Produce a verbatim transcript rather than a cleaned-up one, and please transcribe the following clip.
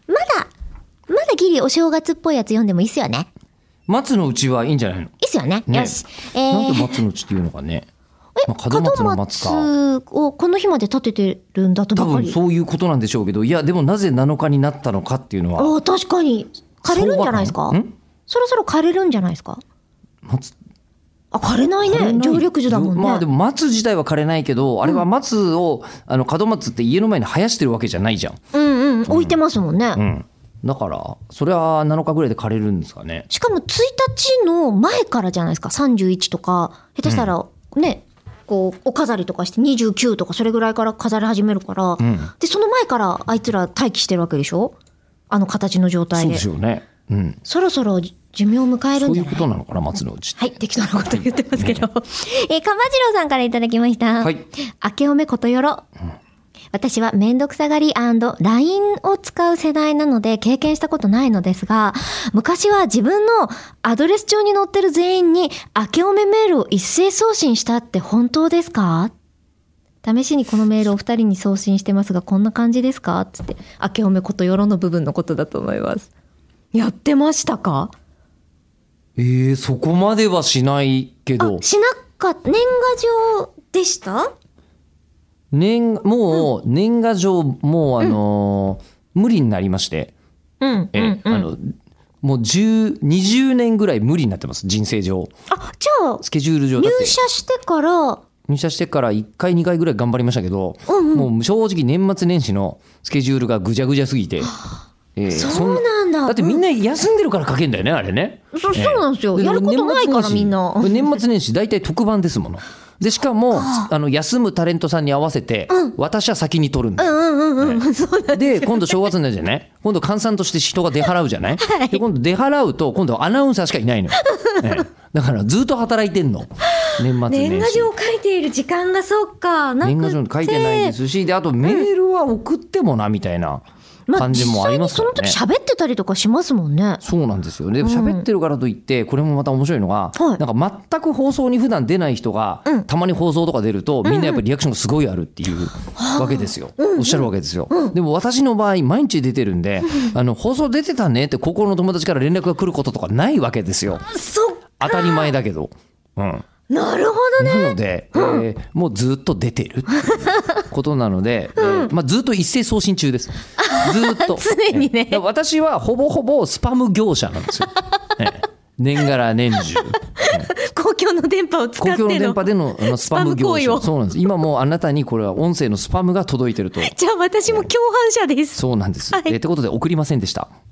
まだまだギリお正月っぽいやつ読んでもいいっすよね。 松のうちはいいんじゃないの。いいっすよね。 ねよし。えー、 なんで松のうちっていうのかね。 え、 まあ、門松の松か。 門松をこの日まで立ててるんだとば多かり。 分そういうことなんでしょうけど、いやでもなぜなのかになったのかっていうのは。 あ、確かに枯れるんじゃないですか。 んそろそろ枯れるんじゃないですか。 松あ、枯れないね。 枯れない常緑樹だもんね。 まあでも松自体は枯れないけど、あれは松を、あの門松って家の前に生やしてるわけじゃないじゃん。 うんうん、置いてますもんね。 うん。だからそれはなのかぐらいで枯れるんですかね。 しかもついたちの前からじゃないですか。さんじゅういちとか下手したらね、こうお飾りとかしてにじゅうきゅうとかそれぐらいから飾り始めるから、 んでその前からあいつら待機してるわけでしょ。あの形の状態そうで。 でしょうね。うん。 そろそろ寿命を迎えるんじゃない。 そういうことなのかな、松のうちって。 はい、適当なこと言ってますけど。えー、かまじろうさんからいただきました。 はい。 明けおめことよろ。私はめんどくさがり &ライン を使う世代なので経験したことないのですが、昔は自分のアドレス帳に載ってる全員に明けおめメールを一斉送信したって本当ですか？試しにこのメールを二人に送信してますが、こんな感じですか？つって、明けおめことよろの部分のことだと思います。やってましたか？ えー、そこまではしないけど。 あ、しなかった。年賀状でした？ 年もう年賀状もうあのー、無理になりまして、 うんえ、 うんうん、 あのもうじゅう、にじゅうねんぐらい無理になってます、人生上。 あ、じゃあスケジュール上入だって社してから入社してからいっかいにかいぐらい頑張りましたけど、 うんうん、 もう正直年末年始のスケジュールがぐちゃぐちゃすぎて、えー、 そうなんだ。 だってみんな休んでるから書けんだよね、あれね。 そ, そうなんですよ。やることないからみんな。 これ年末年始大体特番ですもの。でしかもあの休むタレントさんに合わせて、うん、私は先に撮るんです、 うんうんうんうん、ね、そうなんですよ。 で今度正月になるじゃない。今度閑散として人が出払うじゃない、はい、で今度出払うと今度アナウンサーしかいないのよ、ね、だからずっと働いてんの年末年始。 年賀状を書いている時間がそっかなくて、 年賀状書いてないですし、であとメールは送ってもなみたいな感じもありますからね。 まあ、実際にその時喋ってたりとかしますもんね。 そうなんですよ。で喋ってるからといってこれもまた面白いのが、はい、なんか全く放送に普段出ない人が、うん、たまに放送とか出るとみんなやっぱりリアクションがすごいあるっていうわけですよ、うんうん、おっしゃるわけですよ、うん、でも私の場合毎日出てるんで、うん、あの放送出てたねって高校の友達から連絡が来ることとかないわけですよ。 そっか、 当たり前だけど、うん、 なるほどね。 なので、うん、えー、もうずっと出てるっていうことなので、うん、えーまあ、ずっと一斉送信中です。ずっと常にね、 えー、私はほぼほぼスパム業者なんですよ、えー、年がら年中、えー、 公共の電波を使っての公共の電波でのスパム業者。 スパム行為を。 そうなんです。今もうあなたにこれは音声のスパムが届いてると。 じゃあ私も共犯者です。 そうなんです、 はい、 えー、ってことで送りませんでした。